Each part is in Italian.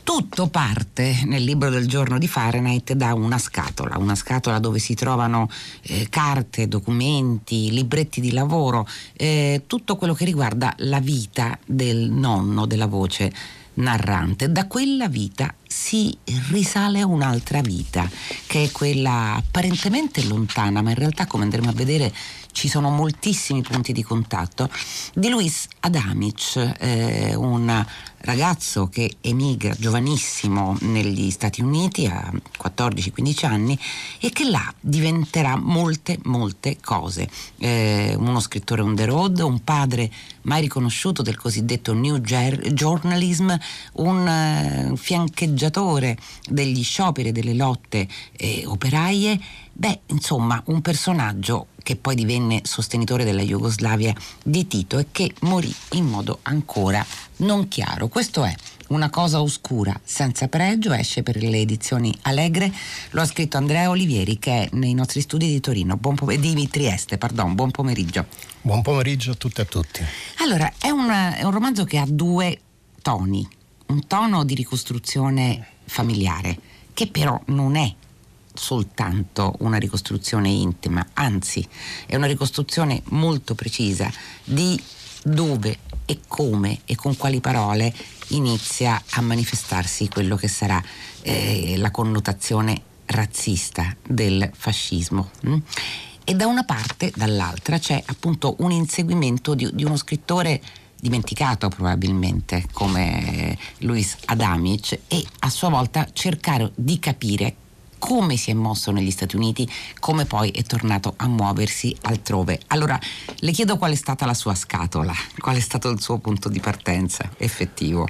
Tutto parte nel libro del giorno di Fahrenheit da una scatola dove si trovano carte, documenti, libretti di lavoro, tutto quello che riguarda la vita del nonno della voce narrante. Da quella vita si risale a un'altra vita, che è quella apparentemente lontana, ma in realtà, come andremo a vedere, ci sono moltissimi punti di contatto, di Luis Adamic, un ragazzo che emigra giovanissimo negli Stati Uniti a 14-15 anni e che là diventerà molte cose. Uno scrittore on the road, un padre mai riconosciuto del cosiddetto New Journalism, un fiancheggiatore degli scioperi e delle lotte operaie. Insomma, un personaggio che poi divenne sostenitore della Jugoslavia di Tito e che morì in modo ancora non chiaro. Questo è Una cosa oscura senza pregio, esce per le edizioni Allegre, lo ha scritto Andrea Olivieri, che è nei nostri studi di Torino, di Trieste, buon pomeriggio. Buon pomeriggio a tutte e a tutti. Allora, è un romanzo che ha due toni, un tono di ricostruzione familiare, che però non è soltanto una ricostruzione intima, anzi è una ricostruzione molto precisa di dove e come e con quali parole inizia a manifestarsi quello che sarà la connotazione razzista del fascismo. E da una parte, dall'altra, c'è appunto un inseguimento di uno scrittore dimenticato probabilmente come Luis Adamic, e a sua volta cercare di capire come si è mosso negli Stati Uniti, come poi è tornato a muoversi altrove. Allora, le chiedo qual è stata la sua scatola, qual è stato il suo punto di partenza effettivo.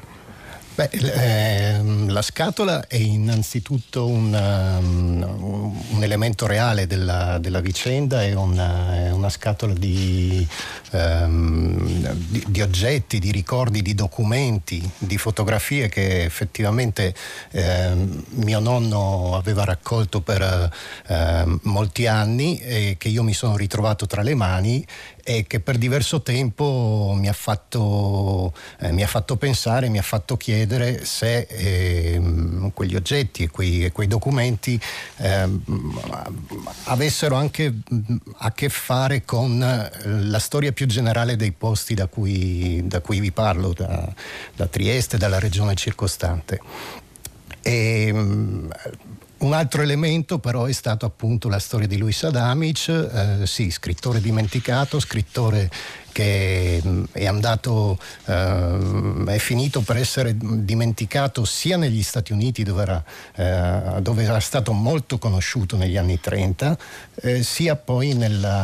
La scatola è innanzitutto un elemento reale della vicenda, è una scatola di oggetti, di ricordi, di documenti, di fotografie che effettivamente mio nonno aveva raccolto per molti anni e che io mi sono ritrovato tra le mani e che per diverso tempo mi ha fatto pensare, mi ha fatto chiedere se quegli oggetti e quei documenti avessero anche a che fare con la storia più generale dei posti da cui vi parlo, da Trieste, dalla regione circostante. Un altro elemento però è stato appunto la storia di Luis Adamic, scrittore dimenticato, scrittore che è finito per essere dimenticato sia negli Stati Uniti dove era stato molto conosciuto negli anni 30, sia poi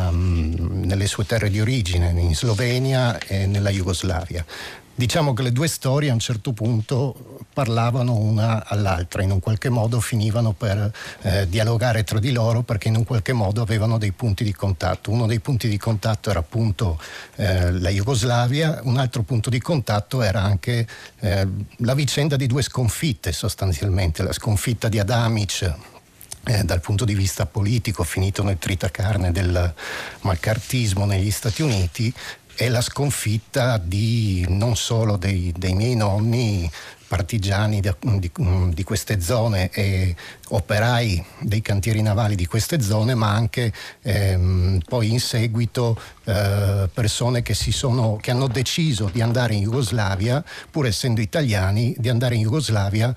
nelle sue terre di origine, in Slovenia e nella Jugoslavia. Diciamo che le due storie a un certo punto parlavano una all'altra, in un qualche modo finivano per dialogare tra di loro, perché in un qualche modo avevano dei punti di contatto. Uno dei punti di contatto era appunto la Jugoslavia, un altro punto di contatto era anche la vicenda di due sconfitte sostanzialmente, la sconfitta di Adamic dal punto di vista politico, finito nel tritacarne del maccartismo negli Stati Uniti, e la sconfitta non solo dei miei nonni, partigiani di queste zone e operai dei cantieri navali di queste zone, ma anche poi in seguito persone che hanno deciso di andare in Jugoslavia, pur essendo italiani, di andare in Jugoslavia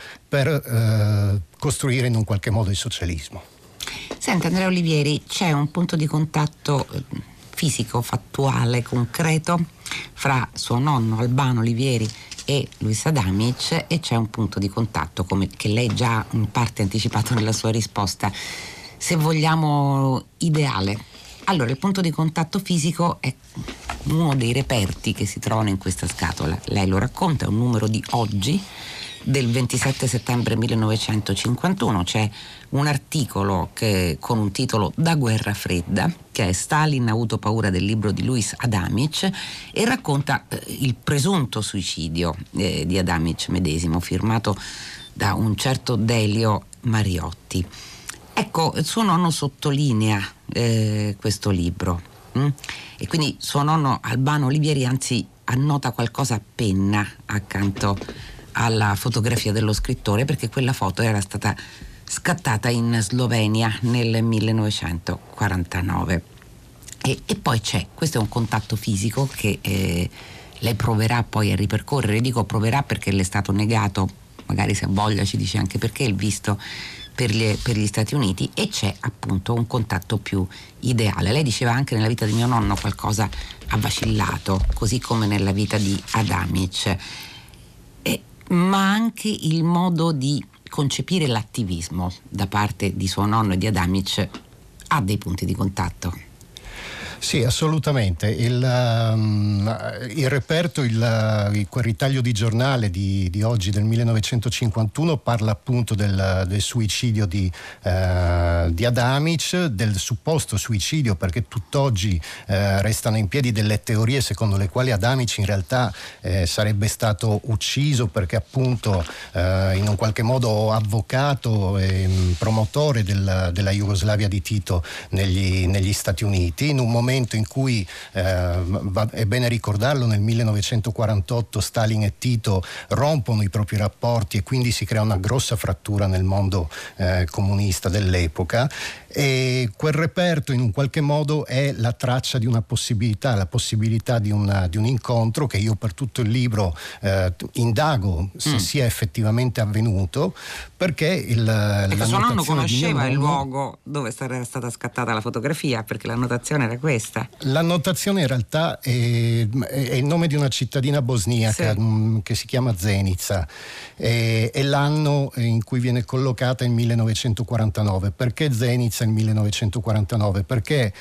per costruire in un qualche modo il socialismo. Senta, Andrea Olivieri, c'è un punto di contatto fisico, fattuale, concreto fra suo nonno Albano Olivieri e Luis Adamic, e c'è un punto di contatto che lei già in parte ha anticipato nella sua risposta, se vogliamo ideale. Allora, il punto di contatto fisico è uno dei reperti che si trovano in questa scatola. Lei lo racconta, è un numero di Oggi del 27 settembre 1951, c'è un articolo con un titolo Da guerra fredda, che è Stalin ha avuto paura del libro di Luis Adamic, e racconta il presunto suicidio di Adamic medesimo, firmato da un certo Delio Mariotti. Ecco, suo nonno sottolinea questo libro e quindi suo nonno Albano Olivieri anzi annota qualcosa a penna accanto alla fotografia dello scrittore, perché quella foto era stata scattata in Slovenia nel 1949. E poi questo è un contatto fisico che lei proverà poi a ripercorrere. Dico proverà perché le è stato negato, magari se ha voglia ci dice anche perché, il visto per gli Stati Uniti, e c'è appunto un contatto più ideale. Lei diceva anche nella vita di mio nonno qualcosa ha vacillato, così come nella vita di Adamic, ma anche il modo di concepire l'attivismo da parte di suo nonno e di Adamic ha dei punti di contatto. Sì, assolutamente. Il reperto, quel ritaglio di giornale di oggi, del 1951, parla appunto del suicidio di Adamic, del supposto suicidio, perché tutt'oggi restano in piedi delle teorie secondo le quali Adamic in realtà sarebbe stato ucciso perché appunto in un qualche modo avvocato e promotore della Jugoslavia di Tito negli Stati Uniti, in un momento in cui è bene ricordarlo, nel 1948 Stalin e Tito rompono i propri rapporti e quindi si crea una grossa frattura nel mondo comunista dell'epoca, e quel reperto in un qualche modo è la traccia di una possibilità, la possibilità di un incontro che io per tutto il libro indago se sia effettivamente avvenuto, perché suo nonno conosceva il luogo dove era stata scattata la fotografia, perché la notazione era questa. La notazione in realtà è il nome di una cittadina bosniaca, sì, che si chiama Zenica, e l'anno in cui viene collocata è il 1949. Perché Zenica nel 1949? Perché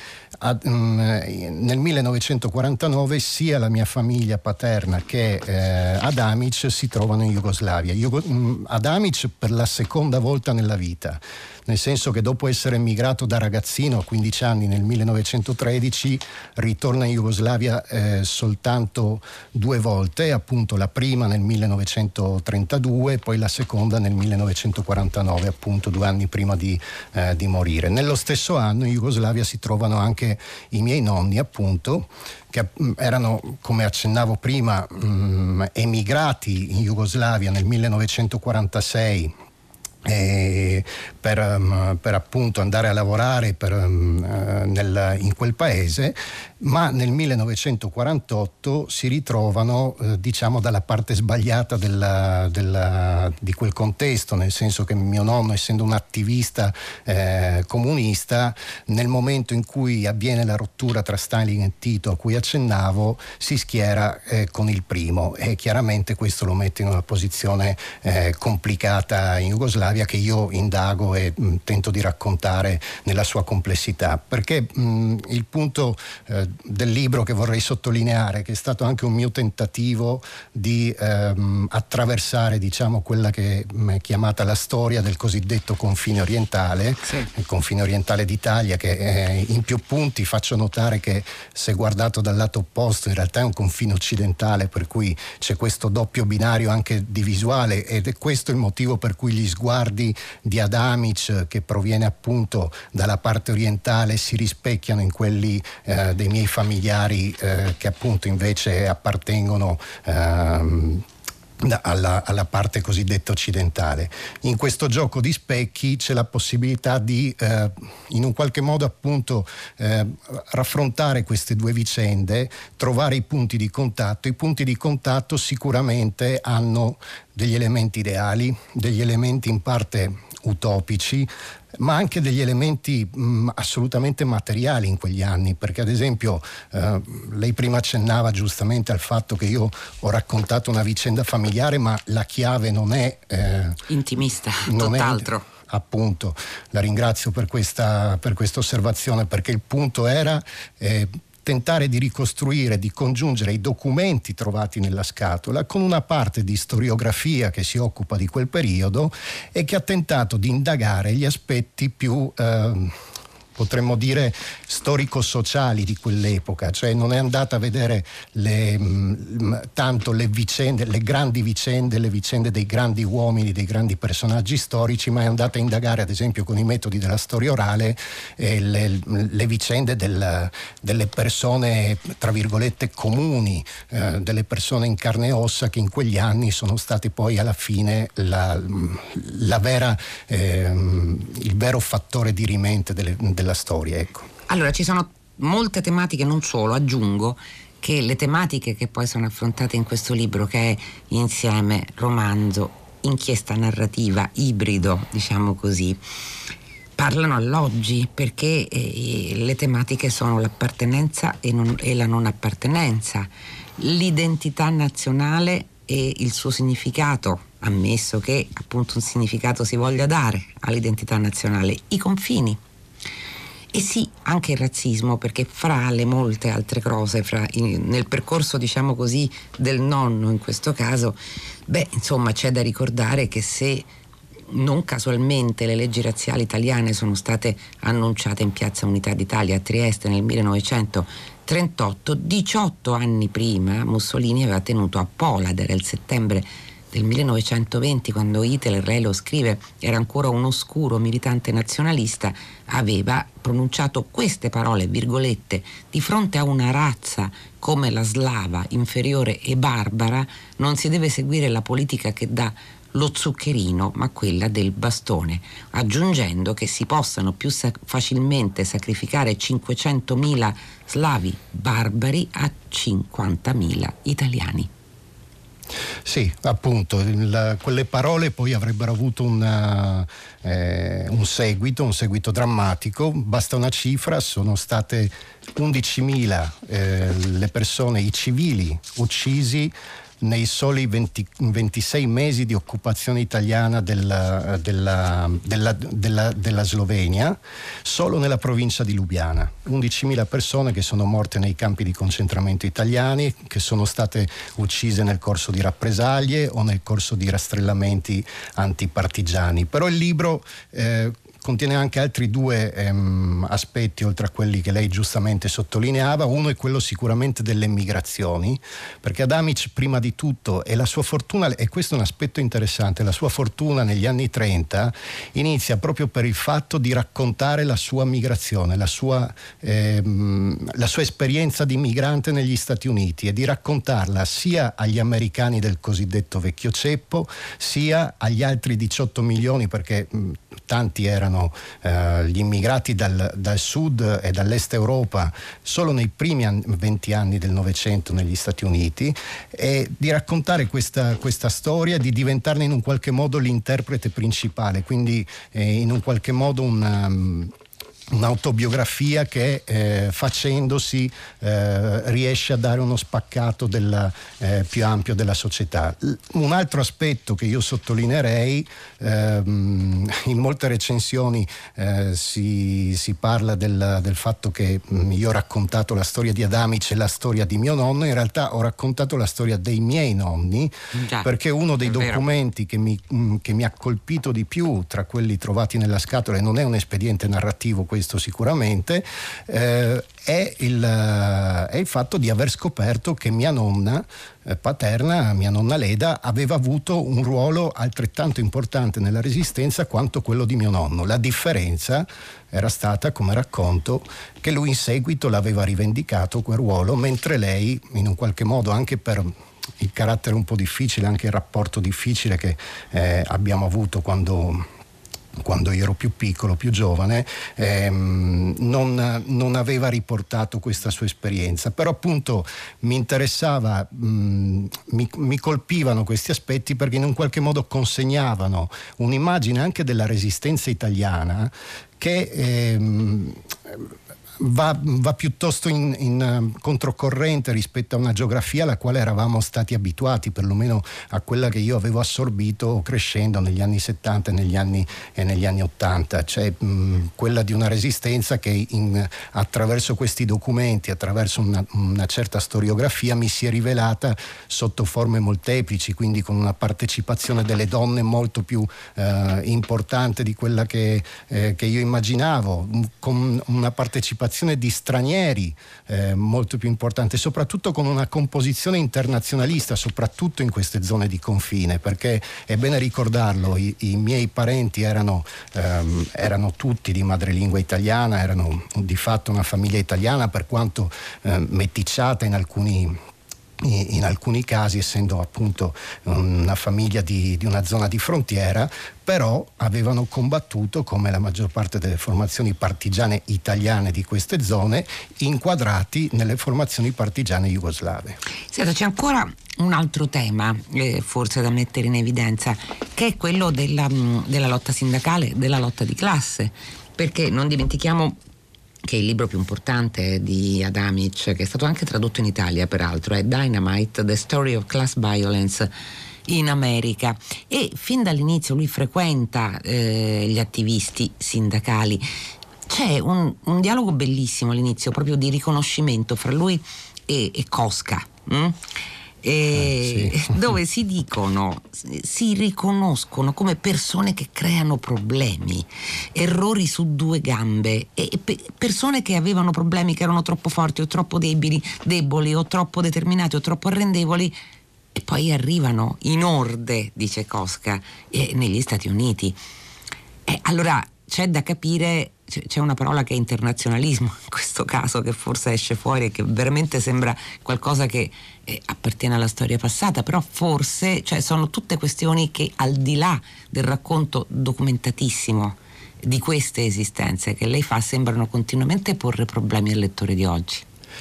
nel 1949 sia la mia famiglia paterna che Adamic si trovano in Jugoslavia. Adamic per la seconda volta nella vita, nel senso che dopo essere emigrato da ragazzino a 15 anni nel 1913 ritorna in Jugoslavia soltanto 2 volte, appunto la prima nel 1932 e poi la seconda nel 1949, appunto 2 anni prima di morire. Nello stesso anno in Jugoslavia si trovano anche i miei nonni, appunto, che erano, come accennavo prima, emigrati in Jugoslavia nel 1946 per appunto andare a lavorare in quel paese, ma nel 1948 si ritrovano diciamo dalla parte sbagliata di quel contesto, nel senso che mio nonno, essendo un attivista comunista, nel momento in cui avviene la rottura tra Stalin e Tito a cui accennavo, si schiera con il primo, e chiaramente questo lo mette in una posizione complicata in Jugoslavia, che io indago e tento di raccontare nella sua complessità, perché il punto del libro che vorrei sottolineare, che è stato anche un mio tentativo di attraversare, diciamo, quella che è chiamata la storia del cosiddetto confine orientale, sì, il confine orientale d'Italia, che in più punti faccio notare che, se guardato dal lato opposto, in realtà è un confine occidentale, per cui c'è questo doppio binario anche di visuale, ed è questo il motivo per cui gli sguardi di Adamic, che proviene appunto dalla parte orientale, si rispecchiano in quelli dei miei familiari che appunto invece appartengono alla parte cosiddetta occidentale. In questo gioco di specchi c'è la possibilità di in un qualche modo appunto raffrontare queste due vicende, trovare i punti di contatto. I punti di contatto sicuramente hanno degli elementi ideali, degli elementi in parte utopici, ma anche degli elementi assolutamente materiali in quegli anni, perché ad esempio lei prima accennava giustamente al fatto che io ho raccontato una vicenda familiare, ma la chiave non è intimista, tutt'altro. Appunto, la ringrazio per questa osservazione, perché il punto era tentare di ricostruire, di congiungere i documenti trovati nella scatola con una parte di storiografia che si occupa di quel periodo e che ha tentato di indagare gli aspetti più potremmo dire storico-sociali di quell'epoca, cioè non è andata a vedere tanto le vicende, le vicende dei grandi uomini, dei grandi personaggi storici, ma è andata a indagare, ad esempio con i metodi della storia orale, le vicende delle persone, tra virgolette, comuni, delle persone in carne e ossa, che in quegli anni sono state poi alla fine il vero fattore dirimente della storia, ecco. Allora, ci sono molte tematiche, non solo, aggiungo che le tematiche che poi sono affrontate in questo libro, che è insieme romanzo, inchiesta narrativa, ibrido, diciamo così, parlano all'oggi, perché le tematiche sono l'appartenenza e la non appartenenza, l'identità nazionale e il suo significato, ammesso che appunto un significato si voglia dare all'identità nazionale, i confini. E sì, anche il razzismo, perché fra le molte altre cose, nel percorso, diciamo così, del nonno in questo caso, insomma, c'è da ricordare che se non casualmente le leggi razziali italiane sono state annunciate in Piazza Unità d'Italia a Trieste nel 1938, 18 anni prima Mussolini aveva tenuto a Pollad, era il settembre del 1920, quando Hitler, lei lo scrive, era ancora un oscuro militante nazionalista, aveva pronunciato queste parole, virgolette: di fronte a una razza come la slava, inferiore e barbara, non si deve seguire la politica che dà lo zuccherino, ma quella del bastone, aggiungendo che si possano più facilmente sacrificare 500.000 slavi barbari a 50.000 italiani. Sì, appunto, quelle parole poi avrebbero avuto un seguito drammatico. Basta una cifra: sono state 11.000 le persone, i civili uccisi nei soli 26 mesi di occupazione italiana della Slovenia, solo nella provincia di Lubiana. 11.000 persone che sono morte nei campi di concentramento italiani, che sono state uccise nel corso di rappresaglie o nel corso di rastrellamenti antipartigiani. Però il libro contiene anche altri due aspetti, oltre a quelli che lei giustamente sottolineava. Uno è quello sicuramente delle migrazioni, perché Adamic, prima di tutto, e la sua fortuna, e questo è un aspetto interessante, la sua fortuna negli anni 30 inizia proprio per il fatto di raccontare la sua migrazione, la sua esperienza di migrante negli Stati Uniti, e di raccontarla sia agli americani del cosiddetto vecchio ceppo, sia agli altri 18 milioni, perché tanti erano gli immigrati dal sud e dall'est Europa solo nei primi 20 anni del Novecento negli Stati Uniti, e di raccontare questa storia, di diventarne in un qualche modo l'interprete principale, quindi in un qualche modo un'autobiografia che facendosi riesce a dare uno spaccato più ampio della società. Un altro aspetto che io sottolineerei, in molte recensioni si parla del fatto che io ho raccontato la storia di Adamic e la storia di mio nonno. In realtà ho raccontato la storia dei miei nonni, perché uno dei documenti che mi ha colpito di più tra quelli trovati nella scatola, e non è un espediente narrativo questo sicuramente, è il fatto di aver scoperto che mia nonna paterna, mia nonna Leda, aveva avuto un ruolo altrettanto importante nella Resistenza quanto quello di mio nonno. La differenza era stata, come racconto, che lui in seguito l'aveva rivendicato quel ruolo, mentre lei, in un qualche modo, anche per il carattere un po' difficile, anche il rapporto difficile che abbiamo avuto quando io ero più piccolo, più giovane, non aveva riportato questa sua esperienza. Però appunto mi interessava, mi colpivano questi aspetti, perché in un qualche modo consegnavano un'immagine anche della Resistenza italiana che va piuttosto in controcorrente rispetto a una geografia alla quale eravamo stati abituati, perlomeno a quella che io avevo assorbito crescendo negli anni 70 e negli anni 80, cioè quella di una resistenza che attraverso questi documenti, attraverso una certa storiografia, mi si è rivelata sotto forme molteplici, quindi con una partecipazione delle donne molto più importante di quella che io immaginavo, con una partecipazione di stranieri molto più importante, soprattutto con una composizione internazionalista, soprattutto in queste zone di confine, perché è bene ricordarlo, i miei parenti erano tutti di madrelingua italiana, erano di fatto una famiglia italiana, per quanto meticciata in alcuni casi, essendo appunto una famiglia di una zona di frontiera, però avevano combattuto, come la maggior parte delle formazioni partigiane italiane di queste zone, inquadrati nelle formazioni partigiane jugoslave. Senta, c'è ancora un altro tema forse da mettere in evidenza, che è quello della lotta sindacale, della lotta di classe, perché non dimentichiamo che il libro più importante di Adamic, che è stato anche tradotto in Italia peraltro, è Dynamite, The Story of Class Violence in America, e fin dall'inizio lui frequenta gli attivisti sindacali. C'è un dialogo bellissimo all'inizio, proprio di riconoscimento fra lui e Koska, sì. dove si riconoscono come persone che creano problemi, errori su due gambe, e persone che avevano problemi, che erano troppo forti o troppo deboli o troppo determinati o troppo arrendevoli, e poi arrivano in orde, dice Koska, negli Stati Uniti. Allora c'è da capire, c'è una parola che è internazionalismo in questo caso, che forse esce fuori e che veramente sembra qualcosa che appartiene alla storia passata, però forse, cioè, sono tutte questioni che, al di là del racconto documentatissimo di queste esistenze che lei fa, sembrano continuamente porre problemi al lettore di oggi.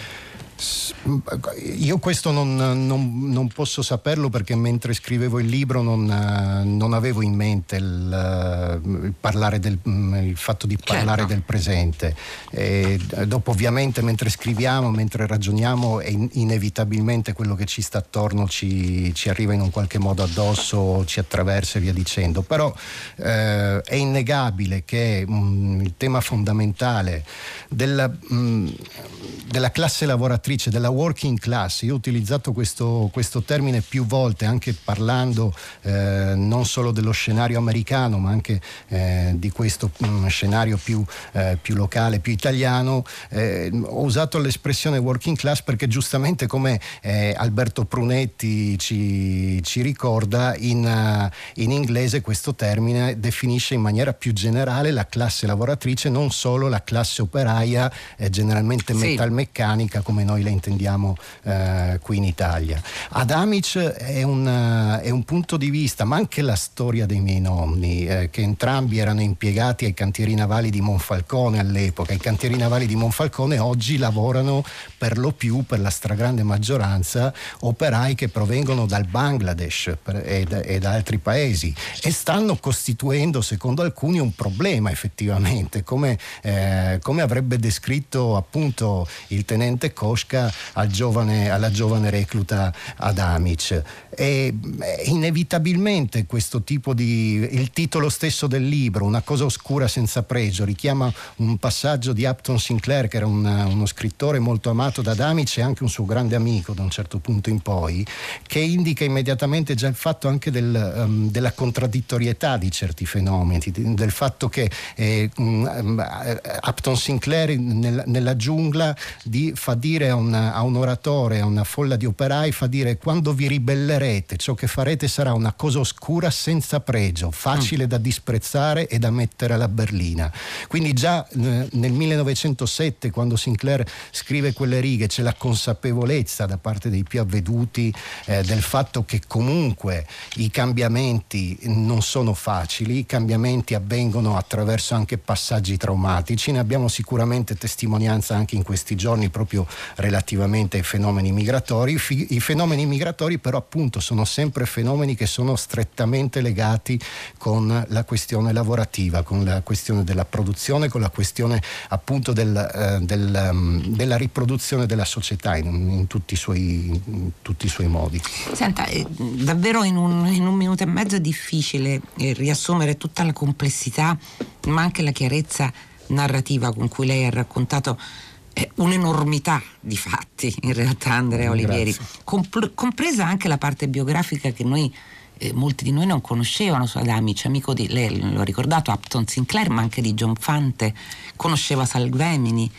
Io questo non posso saperlo, perché mentre scrivevo il libro non avevo in mente il fatto di parlare del presente. Dopo, ovviamente, mentre scriviamo, mentre ragioniamo, inevitabilmente quello che ci sta attorno ci arriva in un qualche modo addosso, ci attraversa e via dicendo. Però è innegabile che il tema fondamentale della classe lavoratrice, della working class, io ho utilizzato questo termine più volte, anche parlando non solo dello scenario americano, ma anche di questo scenario più locale, più italiano. Ho usato l'espressione working class perché, giustamente, come Alberto Prunetti ci ricorda, in inglese questo termine definisce in maniera più generale la classe lavoratrice, non solo la classe operaia, generalmente metalmeccanica, come noi la intendiamo qui in Italia. Adamic è un punto di vista, ma anche la storia dei miei nonni, che entrambi erano impiegati ai cantieri navali di Monfalcone all'epoca. I cantieri navali di Monfalcone oggi lavorano per lo più, per la stragrande maggioranza, operai che provengono dal Bangladesh e da altri paesi, e stanno costituendo, secondo alcuni, un problema, effettivamente, come avrebbe descritto appunto il tenente Koska alla giovane recluta Adamic. E inevitabilmente questo tipo il titolo stesso del libro, Una cosa oscura senza pregio, richiama un passaggio di Upton Sinclair, che era uno scrittore molto amato da Adamic e anche un suo grande amico da un certo punto in poi, che indica immediatamente già il fatto anche della contraddittorietà di certi fenomeni, del fatto che Upton Sinclair nella giungla fa dire a un oratore, a una folla di operai, fa dire: quando vi ribellerete, ciò che farete sarà una cosa oscura senza pregio, facile da disprezzare e da mettere alla berlina. Quindi già nel 1907, quando Sinclair scrive quelle righe, c'è la consapevolezza da parte dei più avveduti del fatto che comunque i cambiamenti non sono facili, i cambiamenti avvengono attraverso anche passaggi traumatici. Ne abbiamo sicuramente testimonianza anche in questi giorni, proprio relativamente ai fenomeni migratori. I fenomeni migratori però appunto sono sempre fenomeni che sono strettamente legati con la questione lavorativa, con la questione della produzione, con la questione appunto della riproduzione della società in tutti i suoi modi. Senta, davvero in un minuto e mezzo è difficile riassumere tutta la complessità, ma anche la chiarezza narrativa con cui lei ha raccontato un'enormità di fatti, in realtà, Andrea Olivieri, compresa anche la parte biografica che molti di noi non conoscevano su Adamic, amico di, lei l'ho ricordato, Upton Sinclair, ma anche di John Fante, conosceva Salvemini.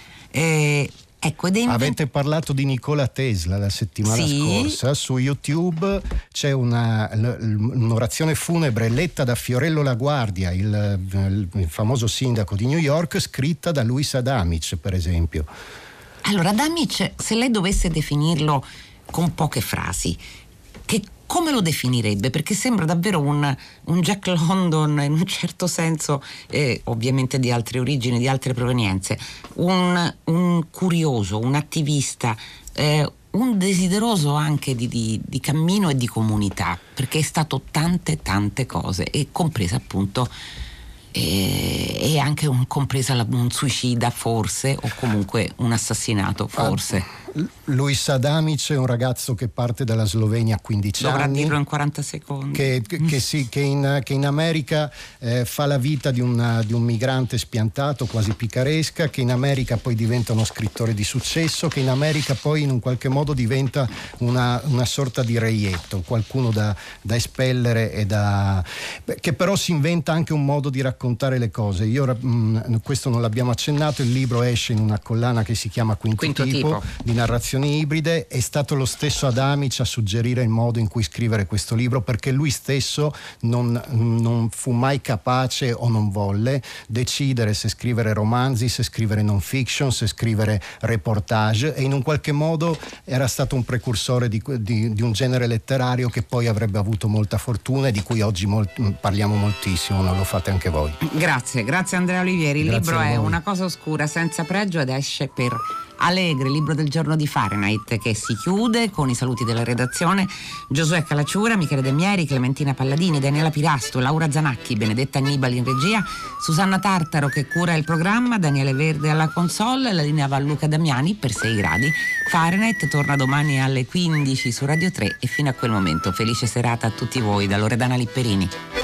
Avete parlato di Nikola Tesla la settimana scorsa. Su YouTube c'è un'orazione funebre letta da Fiorello LaGuardia, il famoso sindaco di New York, scritta da Luis Adamic, per esempio. Allora, Adamic, se lei dovesse definirlo con poche frasi, come lo definirebbe? Perché sembra davvero un Jack London, in un certo senso, ovviamente di altre origini, di altre provenienze, un curioso, un attivista, un desideroso anche di cammino e di comunità, perché è stato tante cose, e compresa appunto e anche compresa un suicida forse, o comunque un assassinato forse. Luis Adamic è un ragazzo che parte dalla Slovenia a 15 anni. Dovrà dirlo in 40 secondi. Che in America fa la vita di un migrante spiantato, quasi picaresca, che in America poi diventa uno scrittore di successo, che in America poi in un qualche modo diventa una sorta di reietto, qualcuno da espellere che però si inventa anche un modo di raccontare le cose. Questo non l'abbiamo accennato, il libro esce in una collana che si chiama Quinto tipo di narrazioni ibride. È stato lo stesso Adamic a suggerire il modo in cui scrivere questo libro, perché lui stesso non fu mai capace, o non volle, decidere se scrivere romanzi, se scrivere non fiction, se scrivere reportage, e in un qualche modo era stato un precursore di un genere letterario che poi avrebbe avuto molta fortuna e di cui oggi parliamo moltissimo. Non lo fate anche voi. Grazie Andrea Olivieri. Il libro è Una cosa oscura senza pregio ed esce per Allegri, libro del giorno di Fahrenheit, che si chiude con i saluti della redazione: Giosuè Calacciura, Michele De Mieri, Clementina Palladini, Daniela Pirasto, Laura Zanacchi, Benedetta Annibali in regia, Susanna Tartaro che cura il programma, Daniele Verde alla console, la linea va a Luca Damiani per 6 gradi. Fahrenheit torna domani alle 15 su Radio 3 e fino a quel momento felice serata a tutti voi da Loredana Lipperini.